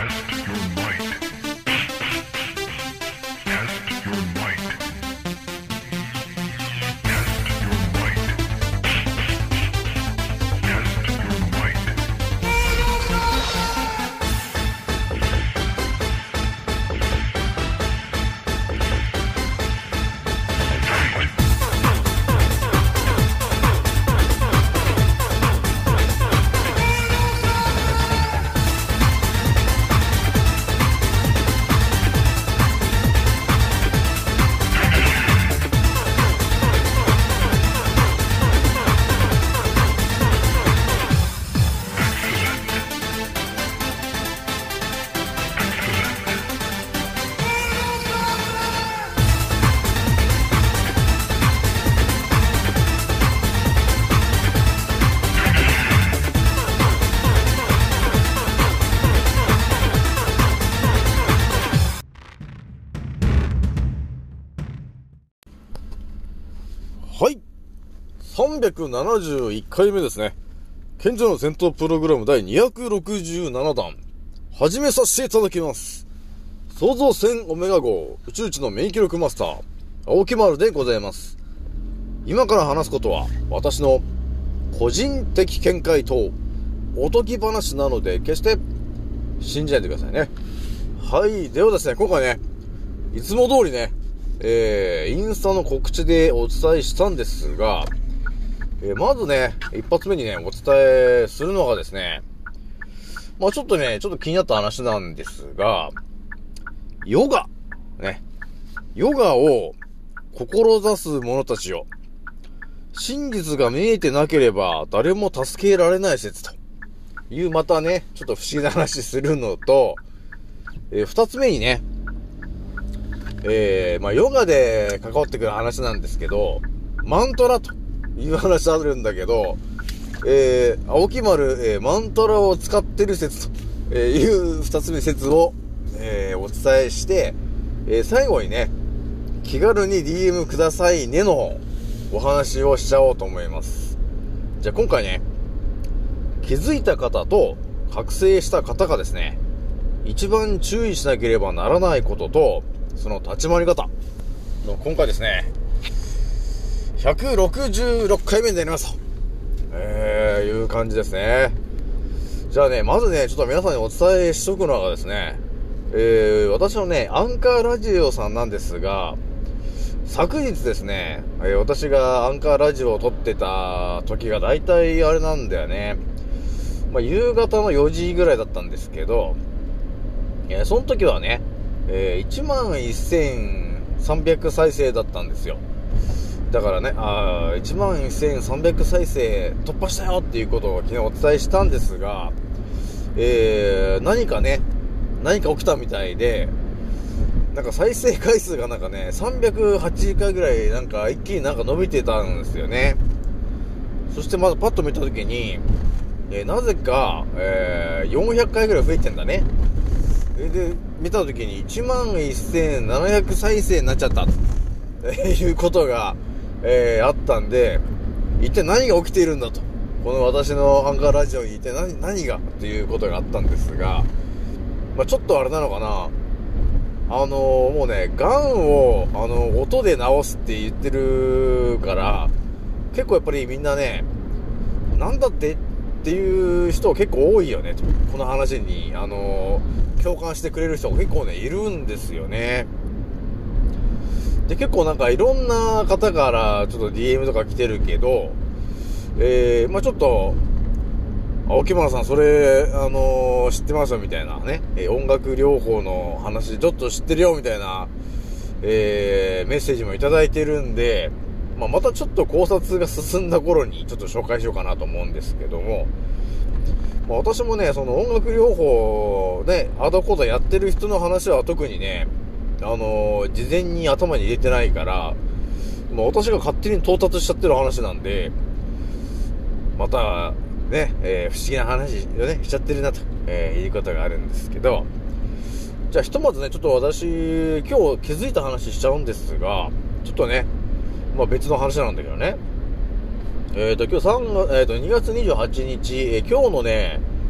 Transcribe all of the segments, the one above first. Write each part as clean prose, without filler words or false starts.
はい。371回目ですね。賢者の戦闘プログラム第267弾。始めさせていただきます。創造船オメガ号宇宙一の免疫力マスター、青木丸でございます。今から話すことは、私の個人的見解とおとぎ話なので、決して信じないでくださいね。はい。ではですね、今回ね、いつも通りね、インスタの告知でお伝えしたんですが、まずね、一発目にね、お伝えするのがですね、まあちょっと気になった話なんですが、ヨガを志す者たちよ。真実が見えてなければ誰も助けられない説という、またね、ちょっと不思議な話するのと、二つ目にね、まあヨガで関わってくる話なんですけど、マントラという話あるんだけど、青木丸、マントラを使ってる説という二つ目説を、お伝えして、最後にね、気軽に DM くださいねのお話をしちゃおうと思います。じゃあ今回ね、気づいた方と覚醒した方がですね、一番注意しなければならないことと、その立ち回り方の今回ですね、166回目になりますと、いう感じですね。じゃあね、まずね、ちょっと皆さんにお伝えしとくのがですね、私のね、アンカーラジオさんなんですが、昨日ですね、私がアンカーラジオを撮ってた時が大体あれなんだよね。まあ、夕方の4時ぐらいだったんですけど、その時はね、11,300 再生だったんですよ。だからね、11,300 再生突破したよっていうことを昨日お伝えしたんですが、何か起きたみたいで、なんか再生回数がなんかね、380回ぐらいなんか一気になんか伸びてたんですよね。そしてまずパッと見たときに、なぜか、400回ぐらい増えてんだね。で、見たときに 11,700 再生になっちゃったということが、あったんで、一体何が起きているんだと。この私のアンカーラジオに一体何がっていうことがあったんですが、まあ、ちょっとあれなのかな。もうね、癌を、音で治すって言ってるから、結構やっぱりみんなね、なんだっていう人結構多いよね、と。この話に、共感してくれる人が結構ね、いるんですよね。で、結構なんかいろんな方からちょっと DM とか来てるけど、まあちょっと、青木村さんそれ、知ってますよみたいなね、音楽療法の話ちょっと知ってるよみたいな、メッセージもいただいてるんで、まあ、またちょっと考察が進んだ頃にちょっと紹介しようかなと思うんですけども、まあ、私もね、その音楽療法ね、あだこだやってる人の話は特にね、事前に頭に入れてないから、まあ、私が勝手に到達しちゃってる話なんで、また、ね、不思議な話をね、しちゃってるなと、いうことがあるんですけど、じゃあひとまずね、ちょっと私、今日気づいた話しちゃうんですが、ちょっとね、まあ別の話なんだけどね、今日2月28日、今日のね、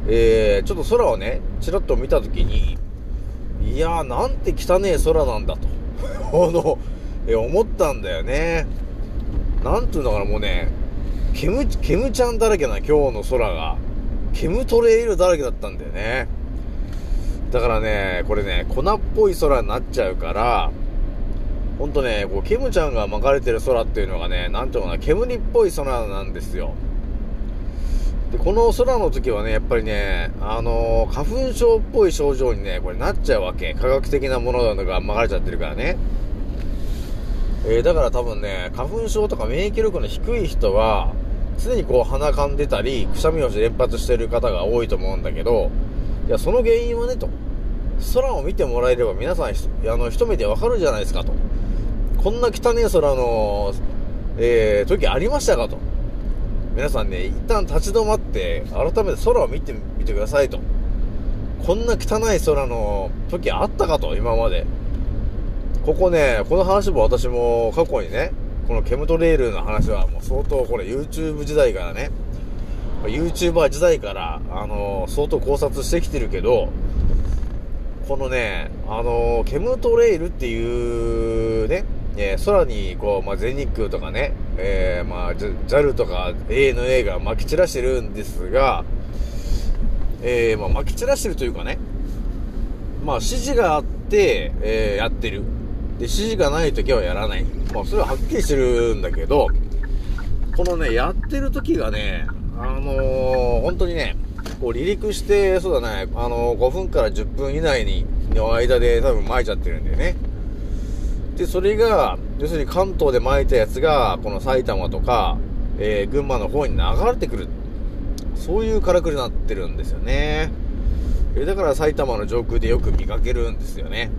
ちょっと空をね、ちらっと見たときに、いやー、なんて汚ねえ空なんだと、思ったんだよね。なんていうんだからもうね、ケムちゃんだらけな今日の空が、ケムトレイルだらけだったんだよね。だからね、これね、粉っぽい空になっちゃうから、ほんとね、こう、ケムちゃんが巻かれてる空っていうのがね、なんていうのかな、煙っぽい空なんですよ。で、この空の時はね、やっぱりね、花粉症っぽい症状にね、これなっちゃうわけ。科学的なものが巻かれちゃってるからね。だから多分ね、花粉症とか免疫力の低い人は、常にこう鼻かんでたり、くしゃみを連発してる方が多いと思うんだけど、いや、その原因はね、と。空を見てもらえれば皆さん一目でわかるじゃないですかと。こんな汚ねえ空の、時ありましたかと。皆さんね、一旦立ち止まって改めて空を見てみてくださいと。こんな汚い空の時あったかと、今まで。この話も私も過去にね、このケムトレイルの話はもう相当これ YouTube 時代からね、YouTuber 時代から、相当考察してきてるけど、このね、ケムトレイルっていうね、空にこう、全日空とかね、JAL とか ANA が撒き散らしてるんですが、撒き散らしてるというかね、指示があって、やってる。で、指示がないときはやらない。それははっきりしてるんだけど、このね、やってるときがね、本当にね、こう離陸して、そうだね、5分から10分以内の間で多分撒いちゃってるんだよね。で、それが、要するに関東で撒いたやつが、この埼玉とか、群馬の方に流れてくる。そういうからくりになってるんですよね。だから埼玉の上空でよく見かけるんですよね。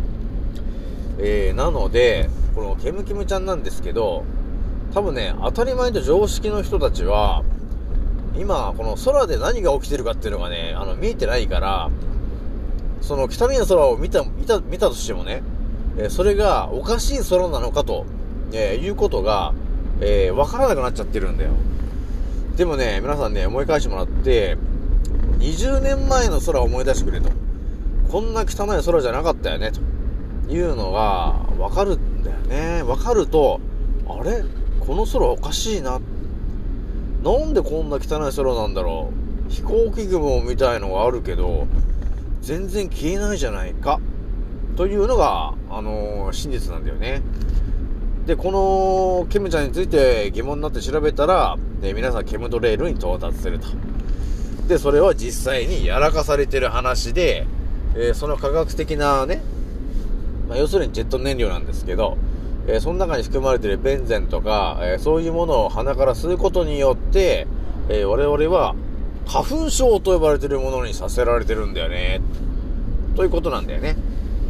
なので、このケムケムちゃんなんですけど、多分ね、当たり前と常識の人たちは、今、この空で何が起きてるかっていうのがね、見えてないから、その汚い空を見たとしてもね、それがおかしい空なのかと、いうことが、わからなくなっちゃってるんだよ。でもね、皆さんね、思い返してもらって、20年前の空を思い出してくれと。こんな汚い空じゃなかったよね、というのがわかるんだよね。わかると、あれ？この空おかしいな。なんでこんな汚い空なんだろう。飛行機雲みたいのがあるけど、全然消えないじゃないか。というのが、真実なんだよね。で、このケムちゃんについて疑問になって調べたら、皆さんケムトレイルに到達すると。で、それは実際にやらかされてる話で、その科学的なね、要するにジェット燃料なんですけど、その中に含まれているベンゼンとか、そういうものを鼻から吸うことによって、我々は花粉症と呼ばれているものにさせられてるんだよね。ということなんだよね。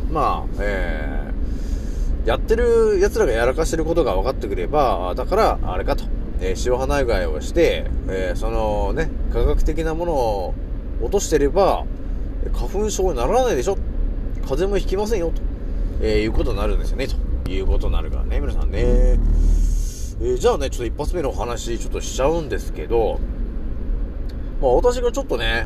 やってる奴らがやらかしてることが分かってくれば、だからあれかと、塩鼻うがいをして、そのね、科学的なものを落としてれば花粉症にならないでしょ、風邪もひきませんよと、いうことになるんですよね、ということになるからね、皆さんね。じゃあね、ちょっと一発目のお話ちょっとしちゃうんですけど、私がちょっとね、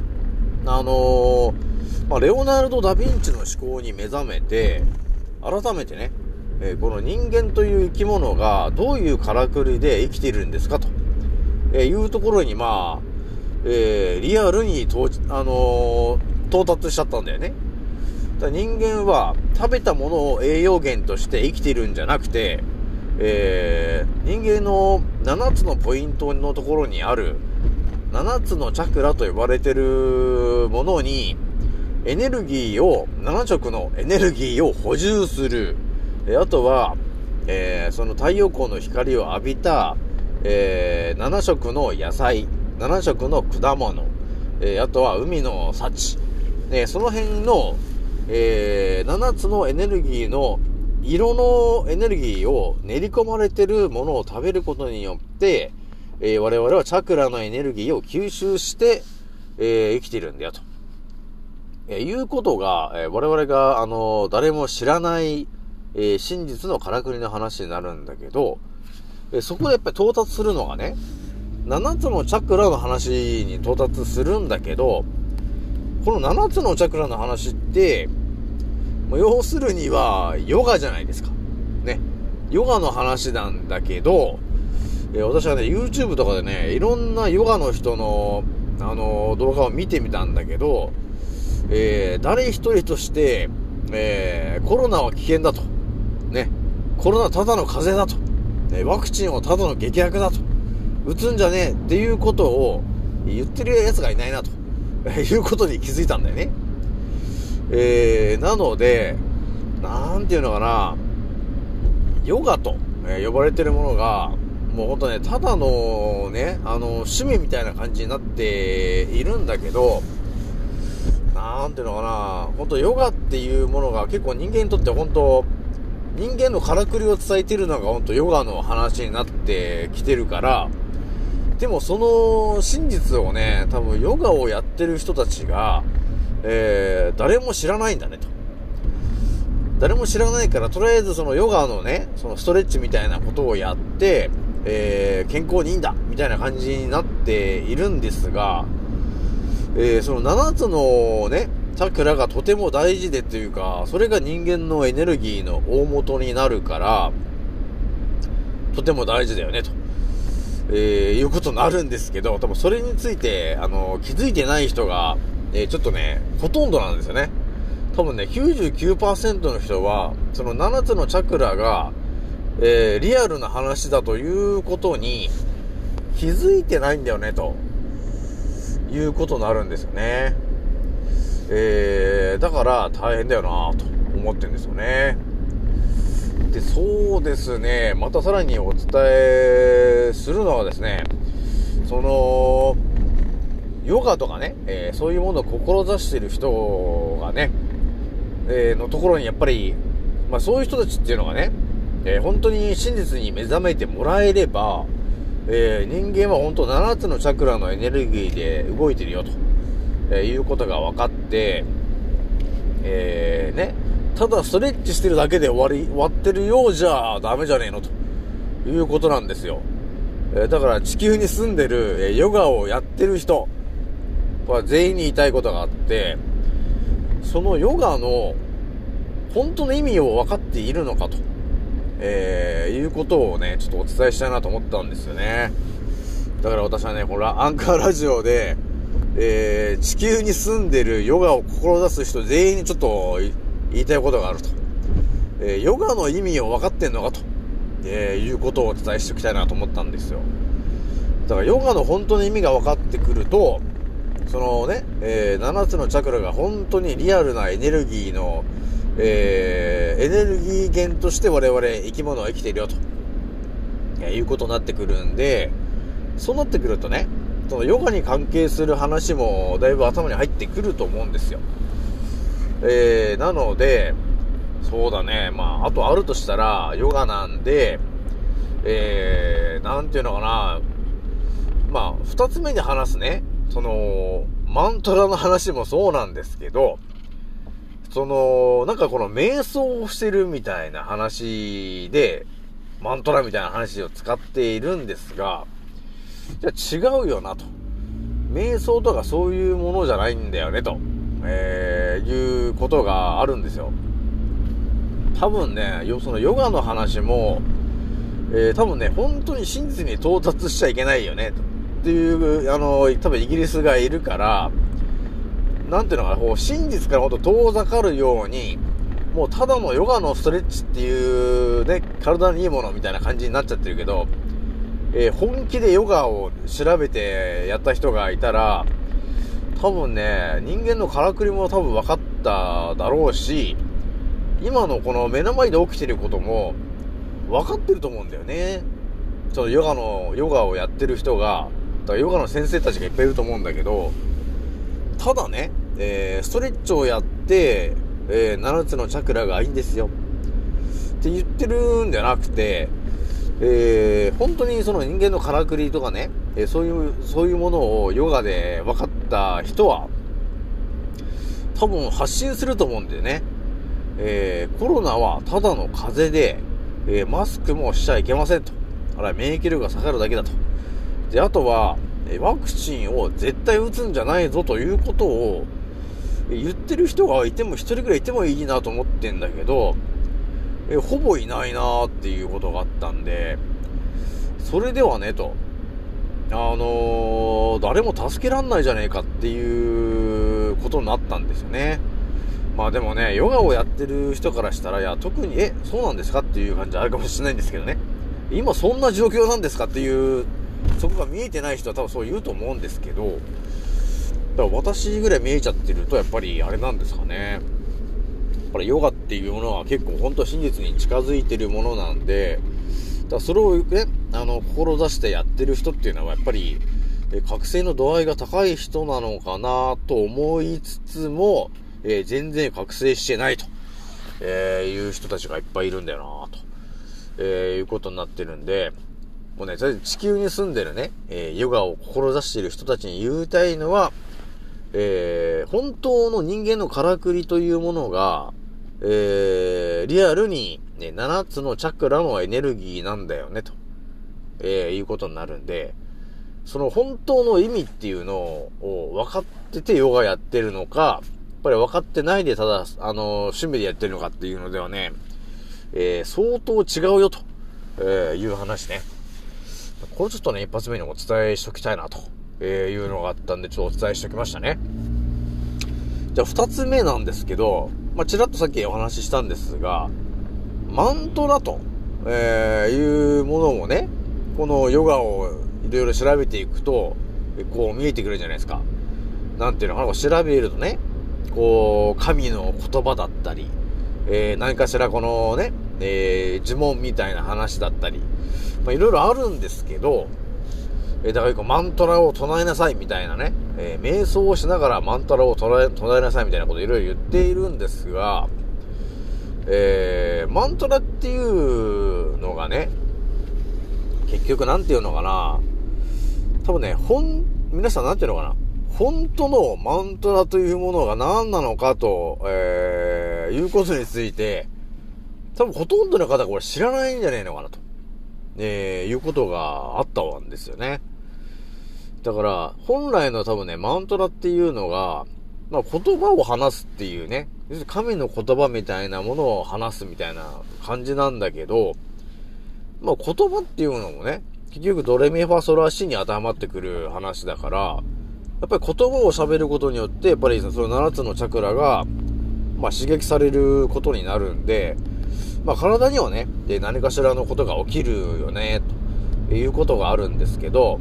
レオナルド・ダ・ヴィンチの思考に目覚めて、改めてね、この人間という生き物がどういうからくりで生きているんですかと、いうところにリアルに到達しちゃったんだよね。だから人間は食べたものを栄養源として生きているんじゃなくて、人間の7つのポイントのところにある7つのチャクラと呼ばれているものにエネルギーを、7色のエネルギーを補充する。あとは、その太陽光の光を浴びた、7色の野菜、7色の果物、あとは海の幸、その辺の、7つのエネルギーの色のエネルギーを練り込まれているものを食べることによって、我々はチャクラのエネルギーを吸収して、生きているんだよと。いうことが、我々が、誰も知らない、真実のからくりの話になるんだけど、そこでやっぱり到達するのがね、 7つのチャクラの話に到達するんだけど、この7つのチャクラの話って、要するにはヨガじゃないですか。ね。ヨガの話なんだけど、私はね、YouTube とかでね、いろんなヨガの人の、動画を見てみたんだけど、誰一人として、コロナは危険だと。ね。コロナただの風邪だと。ワクチンはただの劇薬だと。打つんじゃねえっていうことを言ってる奴がいないなと。いうことに気づいたんだよね。なので、なんていうのかな、ヨガと、呼ばれてるものが、もうほんとね、ただのね、趣味みたいな感じになっているんだけど、なんていうのかな、ほんとヨガっていうものが結構人間にとってほんと、人間のからくりを伝えているのがほんとヨガの話になってきてるから、でもその真実をね、多分ヨガをやってる人たちが、誰も知らないんだねと。誰も知らないから、とりあえずそのヨガのね、そのストレッチみたいなことをやって、健康にいいんだみたいな感じになっているんですが、その7つのね、チャクラがとても大事でというか、それが人間のエネルギーの大元になるから、とても大事だよねと。いうことになるんですけど、多分それについて、気づいてない人が、ちょっとね、ほとんどなんですよね。多分ね、99% の人は、その7つのチャクラが、リアルな話だということに気づいてないんだよね、ということになるんですよね。だから大変だよなと思ってるんですよね。で、そうですね、またさらにお伝えするのはですね、そのヨガとかね、そういうものを志している人がね、のところにやっぱり、そういう人たちっていうのがね、本当に真実に目覚めてもらえれば、人間は本当7つのチャクラのエネルギーで動いてるよと、いうことが分かって、ね、ただストレッチしてるだけで終わってるようじゃダメじゃねえのということなんですよ。だから地球に住んでる、ヨガをやってる人は全員に言いたいことがあって、そのヨガの本当の意味を分かっているのかと、いうことをね、ちょっとお伝えしたいなと思ったんですよね。だから私はね、これアンカーラジオで、地球に住んでるヨガを志す人全員にちょっと言いたいことがあると。ヨガの意味を分かってんのかと、いうことをお伝えしておきたいなと思ったんですよ。だからヨガの本当の意味が分かってくると、そのね、7つのチャクラが本当にリアルなエネルギーの、エネルギー源として我々生き物は生きているよと、いうことになってくるんで、そうなってくるとね、そのヨガに関係する話もだいぶ頭に入ってくると思うんですよ。なので、そうだね、あとあるとしたらヨガなんで、なんていうのかな、二つ目に話すね、そのマントラの話もそうなんですけど、なんかこの瞑想をしてるみたいな話でマントラみたいな話を使っているんですが、じゃあ違うよなと。瞑想とかそういうものじゃないんだよねと、いうことがあるんですよ。多分ね、そのヨガの話も、多分ね、本当に真実に到達しちゃいけないよねっていう多分イギリスがいるから、なんていうのかな、こう真実からほんと遠ざかるように、もうただのヨガのストレッチっていうね、体にいいものみたいな感じになっちゃってるけど、本気でヨガを調べてやった人がいたら、多分ね、人間のからくりも多分分かっただろうし、今のこの目の前で起きてることも分かってると思うんだよね。そのヨガをやってる人が、だからヨガの先生たちがいっぱいいると思うんだけど、ただね、ストレッチをやって、7つのチャクラがいいんですよって言ってるんじゃなくて、本当にその人間のからくりとかね、そういうものをヨガで分かった人は多分発信すると思うんだよね。コロナはただの風邪で、マスクもしちゃいけませんと。免疫力が下がるだけだと。っで、あとは、ワクチンを絶対打つんじゃないぞということを言ってる人がいても、一人ぐらいいてもいいなと思ってんだけど、ほぼいないなっていうことがあったんで、それではねと、誰も助けらんないじゃねえかっていうことになったんですよね。まあでもね、ヨガをやってる人からしたら、いや特にそうなんですかっていう感じあるかもしれないんですけどね、今そんな状況なんですかっていう、そこが見えてない人は多分そう言うと思うんですけど、だから私ぐらい見えちゃってると、やっぱりあれなんですかね、やっぱりヨガっていうものは結構本当真実に近づいてるものなんで、だからそれをね、志してやってる人っていうのはやっぱり覚醒の度合いが高い人なのかなと思いつつも、全然覚醒してないと、いう人たちがいっぱいいるんだよなと、いうことになってるんで、もうね、地球に住んでるね、ヨガを志している人たちに言いたいのは、本当の人間のからくりというものが、リアルに、ね、7つのチャクラのエネルギーなんだよねと、いうことになるんで、その本当の意味っていうのを分かっててヨガやってるのか、やっぱり分かってないでただ趣味でやってるのかっていうのではね、相当違うよと、いう話ね。これちょっとね、一発目にお伝えしときたいなと、いうのがあったんで、ちょっとお伝えしときましたね。じゃあ二つ目なんですけど、ちらっとさっきお話ししたんですが、マントラと、いうものもね、このヨガをいろいろ調べていくと、こう見えてくるじゃないですか。なんていうのかな、調べるとね、こう、神の言葉だったり、何かしらこのね、呪文みたいな話だったり、いろいろあるんですけど、だからマントラを唱えなさいみたいなね、瞑想をしながらマントラを唱えなさいみたいなことをいろいろ言っているんですが、マントラっていうのがね、結局なんていうのかな、多分ね、皆さんなんていうのかな、本当のマントラというものが何なのかと、いうことについて、多分ほとんどの方がこれ知らないんじゃねえのかなと、いうことがあったんですよね。だから本来の多分ね、マントラっていうのが、言葉を話すっていうね、要するに神の言葉みたいなものを話すみたいな感じなんだけど、言葉っていうのもね、結局ドレミファソラシに当てはまってくる話だから、やっぱり言葉を喋ることによって、やっぱりその7つのチャクラが、刺激されることになるんで、体にはね、何かしらのことが起きるよね、ということがあるんですけど、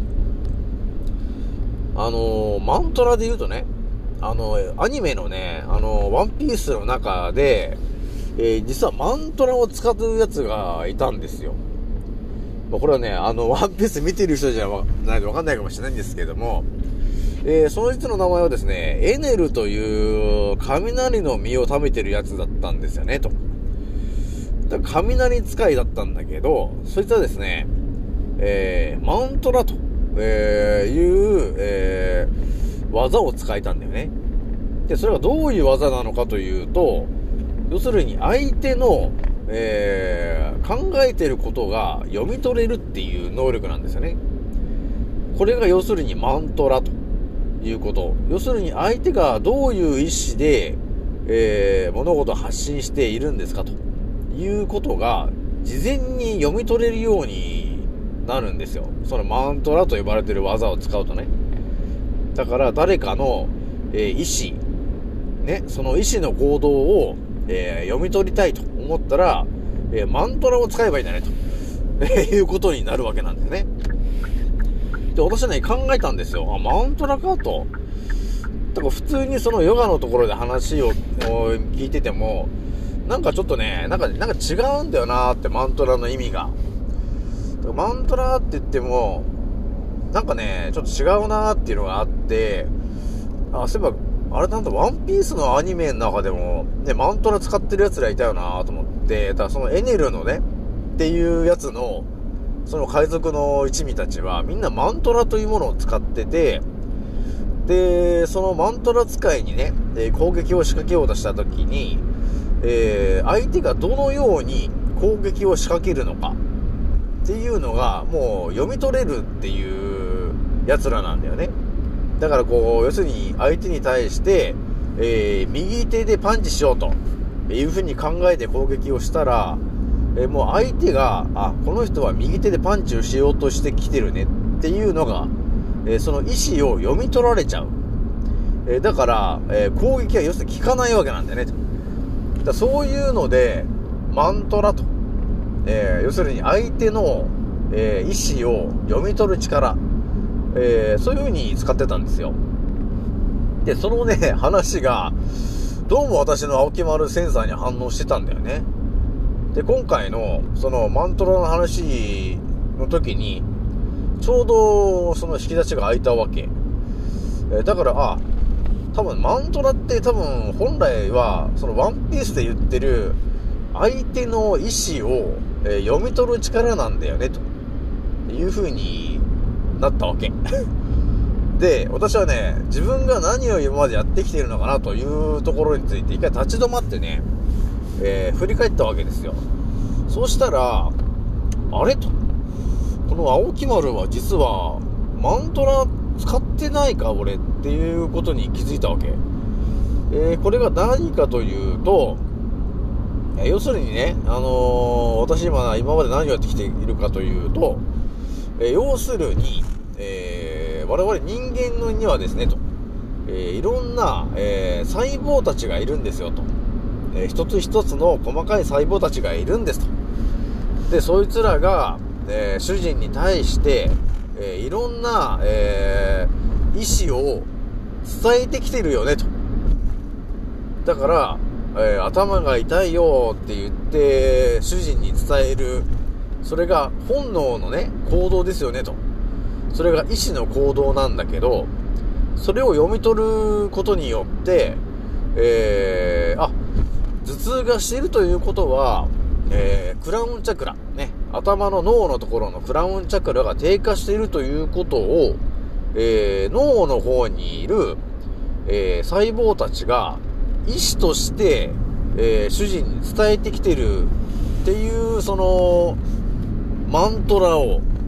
マントラで言うとね、アニメのね、ワンピースの中で、実はマントラを使うやつがいたんですよ。これはね、ワンピース見てる人じゃないとわかんないかもしれないんですけども、その人の名前はですね、エネルという雷の実を食べてるやつだったんですよね、と。だから雷使いだったんだけど、そいつはですね、マントラと、いう、技を使えたんだよね。で、それがどういう技なのかというと、要するに相手の、考えてることが読み取れるっていう能力なんですよね。これが要するにマントラということ。要するに相手がどういう意思で、物事を発信しているんですかということが事前に読み取れるようになるんですよ。そのマントラと呼ばれている技を使うとね。だから誰かの、意思ね、その意思の行動を、読み取りたいと思ったら、マントラを使えばいいんだねと、いうことになるわけなんですね。で、私はね、考えたんですよ。マントラかと。だから普通にそのヨガのところで話を聞いてても、なんかちょっとね、なんか違うんだよなーって、マントラの意味が。マントラって言っても、なんかね、ちょっと違うなーっていうのがあって、そういえば、あれなんだ、ワンピースのアニメの中でも、ね、マントラ使ってる奴らいたよなーと思って、だからそのエネルのね、っていうやつの、その海賊の一味たちは、みんなマントラというものを使ってて、で、そのマントラ使いにね、攻撃を仕掛けようとしたときに、相手がどのように攻撃を仕掛けるのかっていうのがもう読み取れるっていう奴らなんだよね。だからこう、要するに相手に対して、右手でパンチしようというふうに考えて攻撃をしたら、もう相手が、この人は右手でパンチをしようとしてきてるねっていうのが、その意思を読み取られちゃう。だから、攻撃は要するに効かないわけなんだよね。だそういうので、マントラと、要するに相手の、意思を読み取る力、そういう風に使ってたんですよ。で、そのね、話が、どうも私の青木丸センサーに反応してたんだよね。で、今回の、そのマントラの話の時に、ちょうどその引き出しが開いたわけ。だから、多分マントラって多分本来は、そのワンピースで言ってる、相手の意思を、読み取る力なんだよね、という風になったわけ。で、私はね、自分が何を今までやってきているのかなというところについて一回立ち止まってね、振り返ったわけですよ。そうしたら、あれと、この青木丸は実はマントラ使ってないか俺っていうことに気づいたわけ。これが何かというと、要するにね、私今まで何をやってきているかというと、要するに、我々人間のにはですねと、いろんな、細胞たちがいるんですよと、一つ一つの細かい細胞たちがいるんですと。でそいつらが、主人に対して、いろんな、意思を伝えてきてるよねと。だから、頭が痛いよって言って主人に伝える、それが本能のね行動ですよねと。それが意志の行動なんだけど、それを読み取ることによって、頭痛がしているということは、クラウンチャクラね、頭の脳のところのクラウンチャクラが低下しているということを、脳の方にいる、細胞たちが意思として、主人に伝えてきてるっていう、そのマントラ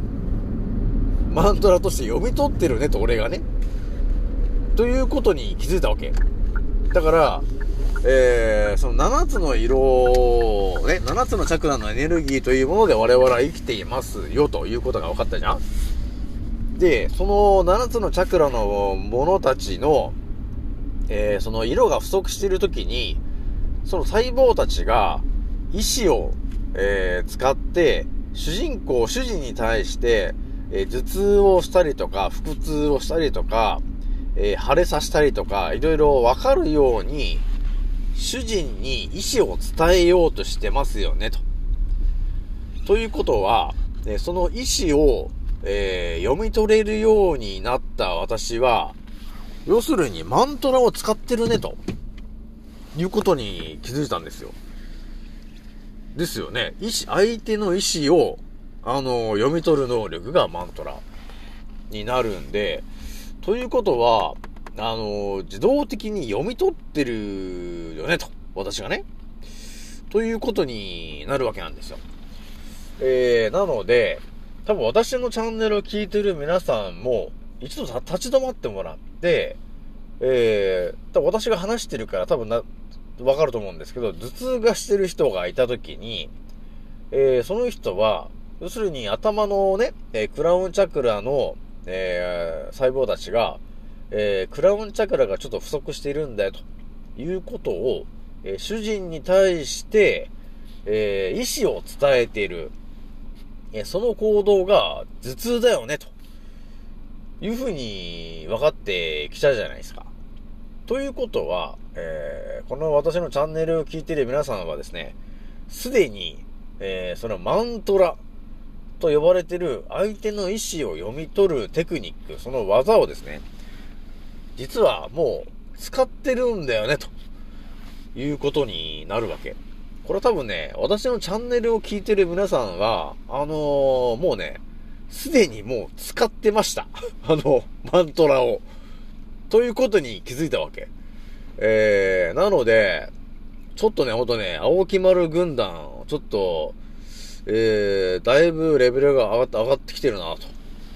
として読み取ってるねと、俺がね、ということに気づいたわけだから、その7つの色ね、7つのチャクラのエネルギーというもので我々は生きていますよということが分かったじゃん。でその7つのチャクラのものたちの、その色が不足しているときに、その細胞たちが意志を、使って主人に対して、頭痛をしたりとか腹痛をしたりとか、腫れさせたりとかいろいろ分かるように主人に意思を伝えようとしてますよねと。ということは、その意思を、読み取れるようになった私は、要するにマントラを使ってるねということに気づいたんですよ。ですよね。相手の意思を読み取る能力がマントラになるんで、ということは自動的に読み取ってるよねと、私がね、ということになるわけなんですよ。なので多分私のチャンネルを聞いてる皆さんも一度立ち止まってもらって、多分私が話してるから多分わかると思うんですけど、頭痛がしてる人がいたときに、その人は要するに頭のね、クラウンチャクラの、細胞たちが、クラウンチャクラがちょっと不足しているんだよということを、主人に対して、意思を伝えている、その行動が頭痛だよねというふうに分かってきたじゃないですか。ということは、この私のチャンネルを聞いている皆さんはですね、すでに、そのマントラと呼ばれている相手の意思を読み取るテクニック、その技をですね、実はもう使ってるんだよねということになるわけ。これは多分ね、私のチャンネルを聞いてる皆さんはもうね、すでにもう使ってましたマントラをということに気づいたわけ。なのでちょっとね、ほんとね、青木丸軍団ちょっとだいぶレベルが上がってきてるなと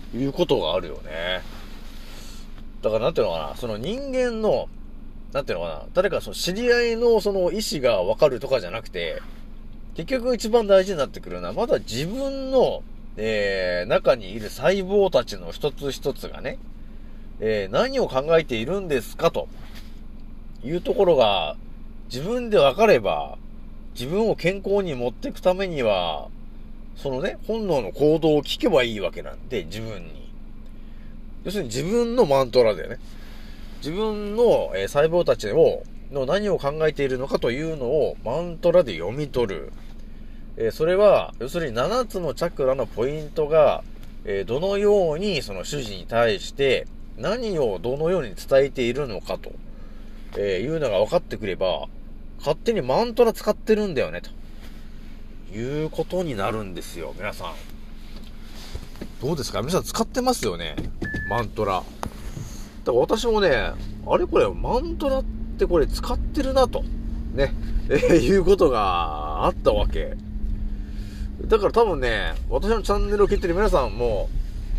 いうことがあるよね。だからなんていうのかな、その人間の、なんていうのかな、誰かその知り合いのその意思がわかるとかじゃなくて、結局一番大事になってくるのは、まだ自分の、中にいる細胞たちの一つ一つがね、何を考えているんですかというところが自分で分かれば、自分を健康に持っていくためには、そのね、本能の行動を聞けばいいわけなんで、自分に。要するに自分のマントラだよね。自分の、細胞たちの何を考えているのかというのをマントラで読み取る。それは、要するに7つのチャクラのポイントが、どのようにその主人に対して何をどのように伝えているのかと、いうのが分かってくれば、勝手にマントラ使ってるんだよね、ということになるんですよ、皆さん。どうですか？皆さん使ってますよね、マントラ。だから私もね、あれこれ、マントラってこれ使ってるなと、ね、いうことがあったわけ。だから多分ね、私のチャンネルを聞いてる皆さんも、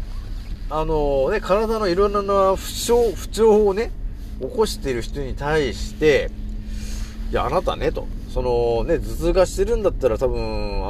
体のいろんな不調をね、起こしている人に対して、いや、あなたね、と。そのね、頭痛がしてるんだったら多分、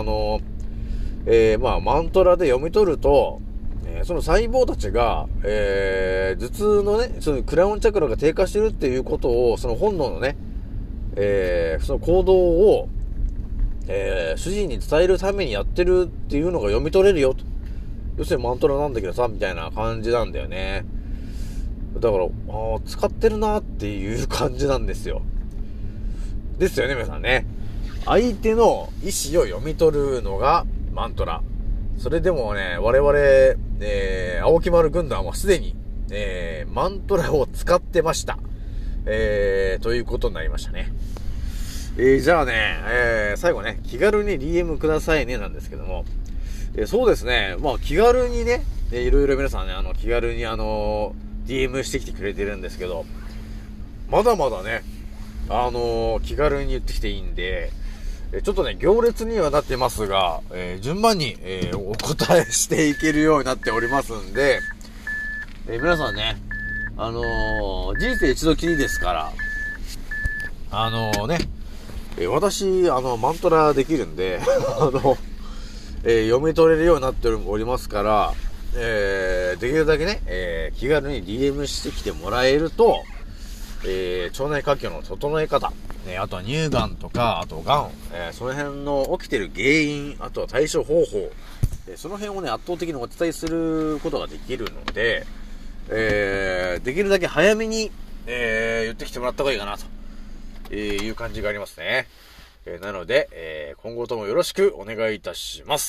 マントラで読み取ると、その細胞たちが、頭痛のね、そのクラウンチャクラが低下してるっていうことを、その本能のね、その行動を、主人に伝えるためにやってるっていうのが読み取れるよと。要するにマントラなんだけどさ、みたいな感じなんだよね。だから、使ってるなっていう感じなんですよ。ですよね、皆さんね。相手の意思を読み取るのがマントラ。それでもね、我々、青木丸軍団はすでに、マントラを使ってました。ということになりましたね。じゃあね、最後ね、気軽に DM くださいねなんですけども、そうですね、まあ気軽にね、いろいろ皆さんね、気軽にDM してきてくれてるんですけど、まだまだね、気軽に言ってきていいんで、ちょっとね、行列にはなってますが、順番に、お答えしていけるようになっておりますんで、皆さんね、人生一度きりですから、私、マントラできるんで、読み取れるようになっておりますから、できるだけね、気軽に DM してきてもらえると、腸内環境の整え方、あとは乳がんとか、あとがん、その辺の起きてる原因、あとは対処方法、その辺をね、圧倒的にお伝えすることができるので、できるだけ早めに、言ってきてもらった方がいいかなという感じがありますね。なので、今後ともよろしくお願いいたします。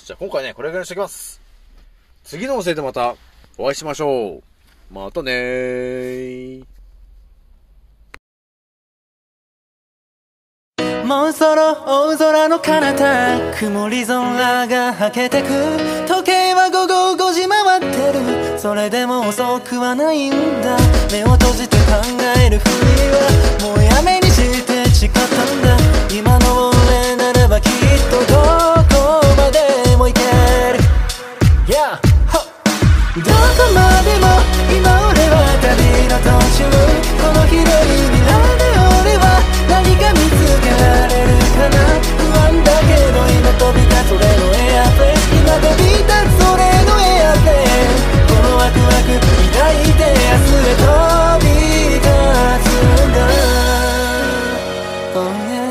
じゃあ今回ね、これぐらいにしておきます。次の音声でまたお会いしましょう。またねー。 もうそろ大空の彼方、曇り空がはけてく。時計は午後5時回ってる。それでも遅くはないんだ。目を閉じて考えるふりはもうやめにして誓ったんだ。今の俺ならばきっとどこまでも行ける、yeah! どこまでも今俺は旅の途中。この広い未来で俺は何か見つけられるかな。不安だけど今飛び立つ俺のエアプレイン。今飛び立つ俺のエアプレイン。このワクワク抱いて明日へ飛び立つんだ、oh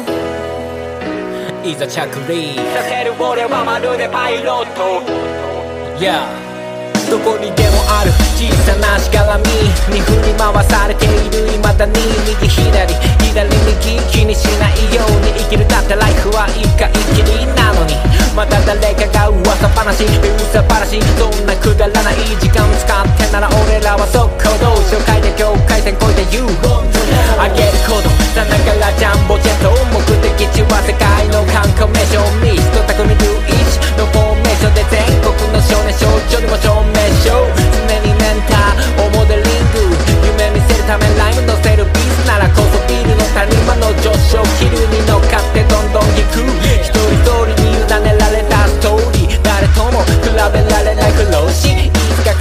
yeah、 いざ着陸させる俺はまるでパイロット、yeah。どこにでもある小さなしがらみに振り回されている未だに。右左右気にしないように生きる。だってライフは一回きりなのに、また誰かが噂話噂話。そんなくだらない時間使ってなら俺らは速攻動。紹介で境界線越えて You あげることさながらジャンボジェット。目的地は世界の観光名所。ミスト匠ルイチのフォーメーションで全国の少年少女にも証明常にメンターをモデリング。夢見せるためライム乗せるビーズならこそビルの谷間の上昇気流に乗っかってどんどん行く。一人一人に委ねられたストーリー。誰とも比べられない苦労しいつか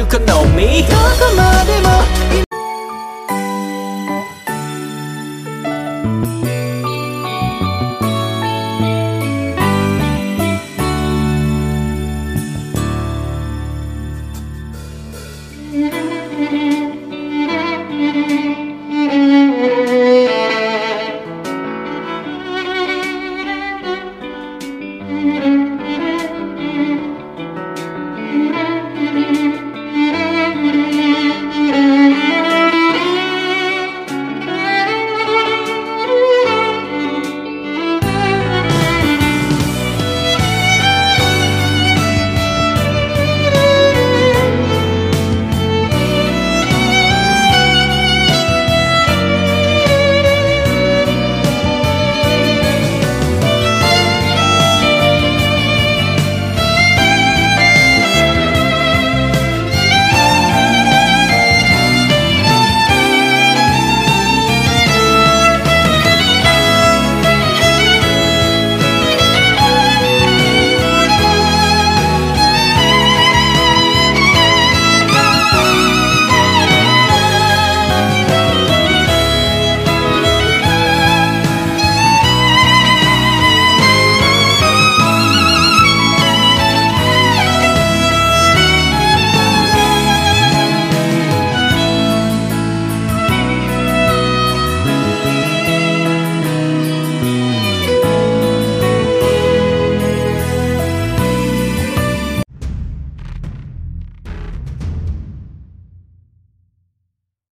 好みどこまでも